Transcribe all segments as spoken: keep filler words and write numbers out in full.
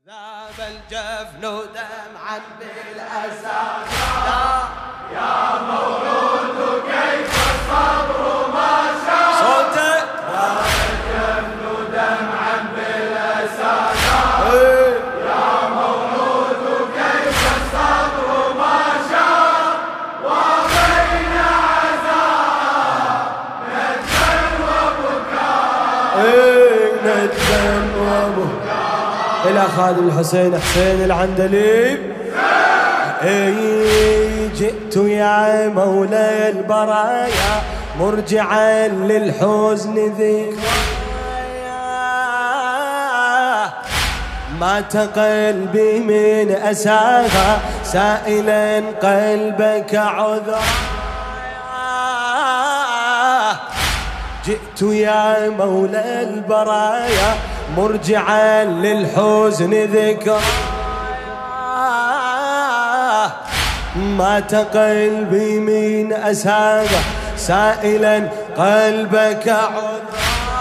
ذاب الجفن دمعا بالأسى يا مولود كيف الصبر ما شاء صوته ذاب الجفن دمعا بالأسى يا مولود كيف الصبر ما شاء وبين عزاء ندى وبكاء ندى وبكاء إلى خادم الحسين حسين العندليب. اي جئت يا مولاي البرايا مرجعا للحزن ذكرايا، مات قلبي من أساها سائلا قلبك عذرايا. جئت يا مولاي البرايا مرجعا للحزن ذكرايا، مات قلبي من أساها سائلا قلبك عذرا.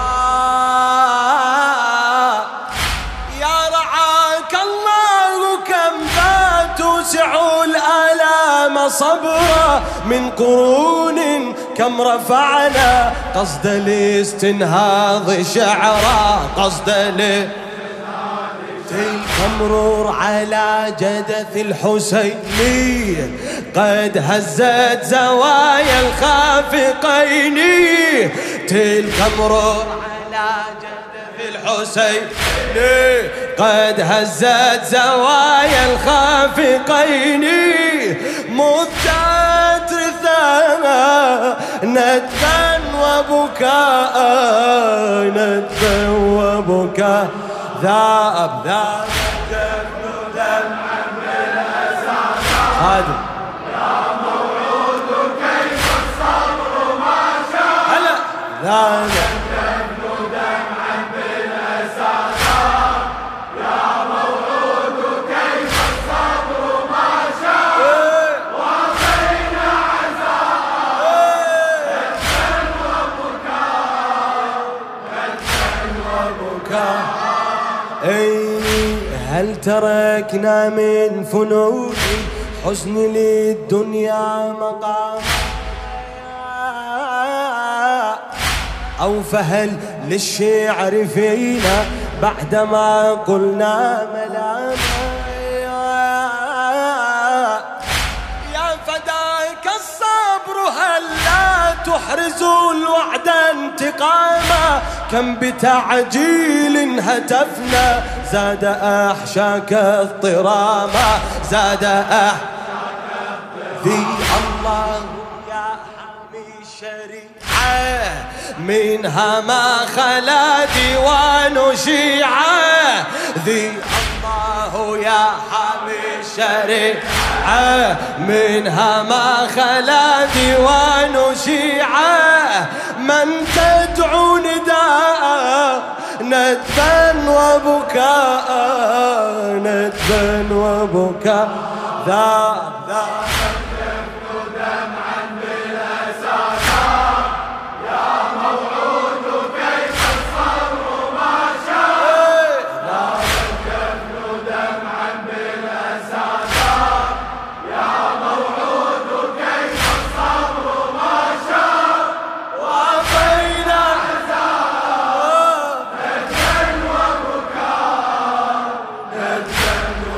يا رعاك الله كم ذا توسع الآلام صبرا من قرون كم رفعنا قصد الاستنهاض شعرا قصد الاستنهاض تلك مرور على جدث الحسين قد هزت زوايا الخافقين. تلك مرور على جدث الحسين قد هزت زوايا الخافقين. مدت رثاها ندبا وبكاء ندبا وبكاء ذاب ذاب الجفن دمعا بالأسى خادم يا مولود كيف الصبر ما شاء هلا ذاب الجفن دمعا بالأسى يا مولود كيف الصبر ما شاء وبين عزاء ندى وبكاء ندى وبكاء. أي هل تركنا من فنون حزن للدنيا مقاما أو فهل للشعر فينا بعدما قلنا ملاما. يا فداك الصبر هل لا تحرز الوعد انتقاما كم بتعجيل هتفنا زاد أحشاك اضطراما زاد أحشاك ذي الله يا حامي الشريعة منها ما خلا ديوان شيعة. ذي الله يا حامي الشريعة منها ما خلا ديوان شيعة. من تدعو نداء ندبا وبكاء ندبا وبكاء ذاب ذاب الجفن دمعا بالأسى يا مولود كيف الصبر ما شاء ذاب الجفن دمعا بالأسى يا مولود كيف الصبر ما شاء وبين عزاء ندى وبكاء ندبا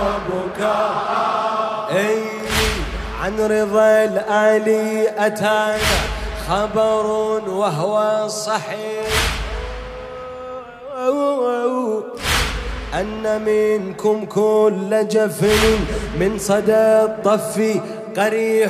وبكاء. أي عن رضا الآلي أتانا خبر وهو صحيح أن منكم كل جفن من صدى الطف قريح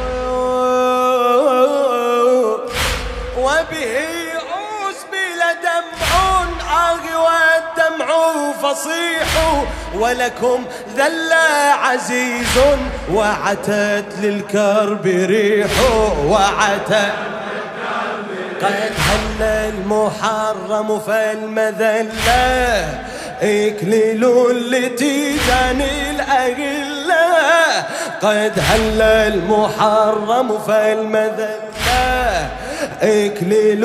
وبه أسبل دمع آه والدمع فصيح ولكم ذل عزيز وعتت للكرب ريح وعتت قد هل المحرم فالمذلة إكليل لتيجان الأغلة. قد هل المحرم فالمذلة إكليل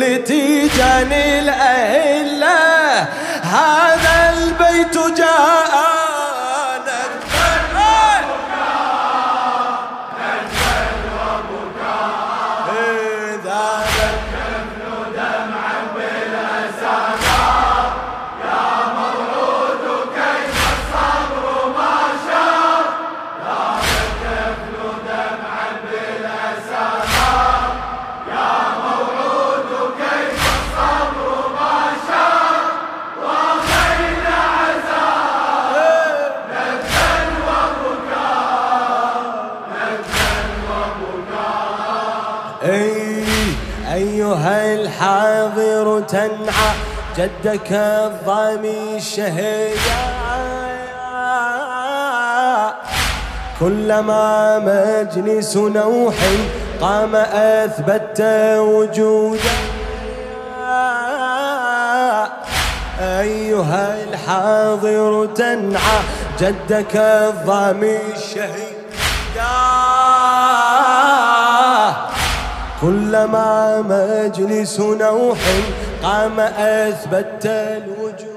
لتيجان الأهلة. هذا البيت جاء أيها الحاضر تنعى جدك الضامي الشهيد، كلما مجلس نوح قام أثبت وجودا. أيها الحاضر تنعى جدك الضامي الشهيد، كلما مجلس نوح قام أثبت الوجود.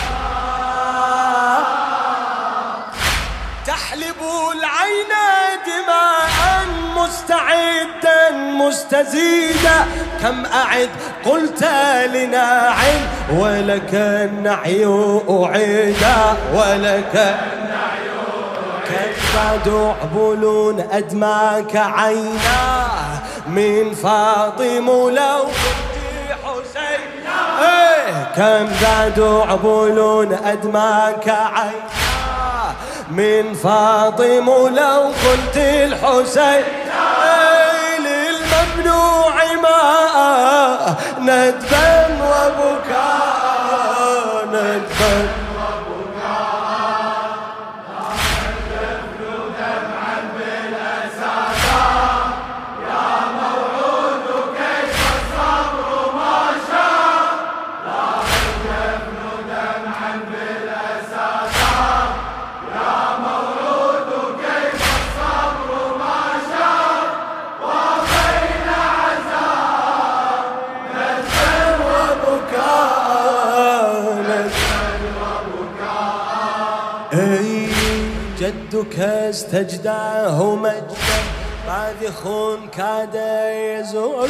تحلب العين دماء مستعدا مستزيدا، كم أعد قلت لناع ولك النعي أعيدا، ولك النعي كالبعد عبل أدماك عينا من فاطم لو كنت حسين، كم بعد عبل أدماك عينا من فاطم لو قلت الحسين، للممنوع ما ندبا وبكاء، ندبا جدك استجداه مجدا باذخ كاد يزول،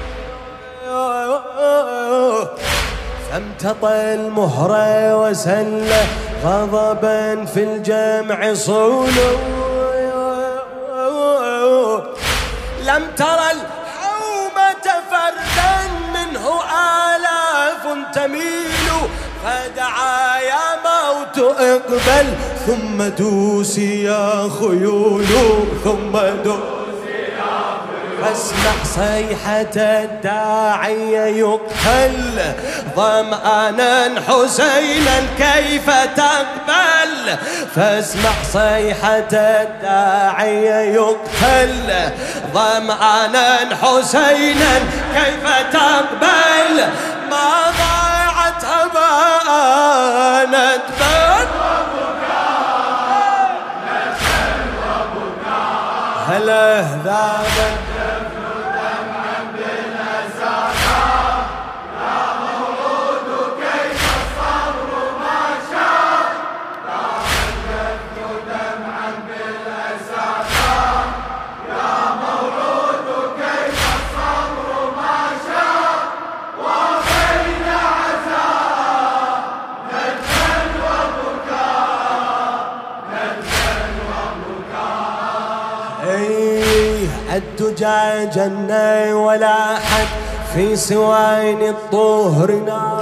فامتطى المهر وسل غضبا في الجمع صول، لم ترى الحومة فردا منه آلاف تميل، فدعا يا موت اقبل ثم دوسي يا خيول، ثم دوسي يا خيول، فاسمع صيحة الداعي يقتل ظمآنا حسينا كيف تقبل، فاسمع صيحة الداعي يقتل ظمآنا حسينا كيف تقبل، ما ضاعت هباء ندبا هلا ذابا الدفن دمعا بالأساطا، يا موعود كيف الصبر ما شاء، الدفن دمعا بالأساطا، يا موعود كيف الصبر ما شاء، وبين عزاء ندبا وبكاء، ندبا وبكاء. الدجى جنة ولا حد في سوين الطهر نار،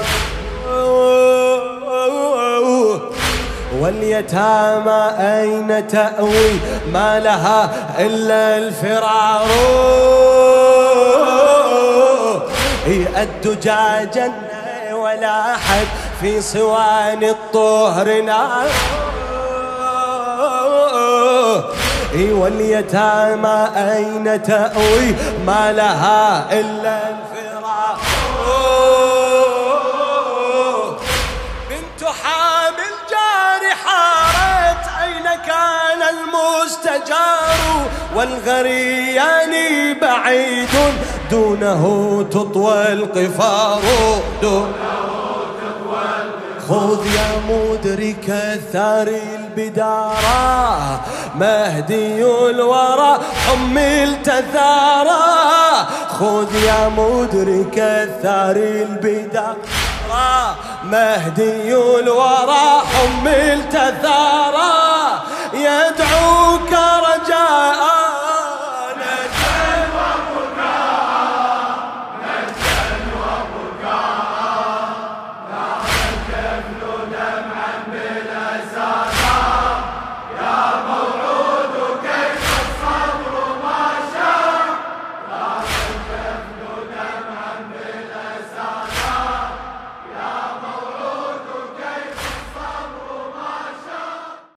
واليتامى أين تأوي ما لها إلا الفرار، الدجى جنة ولا حد في سوين الطهر نار، واليتامى أين تأوي ما لها إلا الفراق، بنت حامل جارحات أين كان المستجار، والغريان بعيد دونه تطوى القفار، دونه خذ يا مدرك الثار البدارا مهدي الورى حملت ثارا، خذ يا مدرك الثار البدارا مهدي الورى حملت ثارا،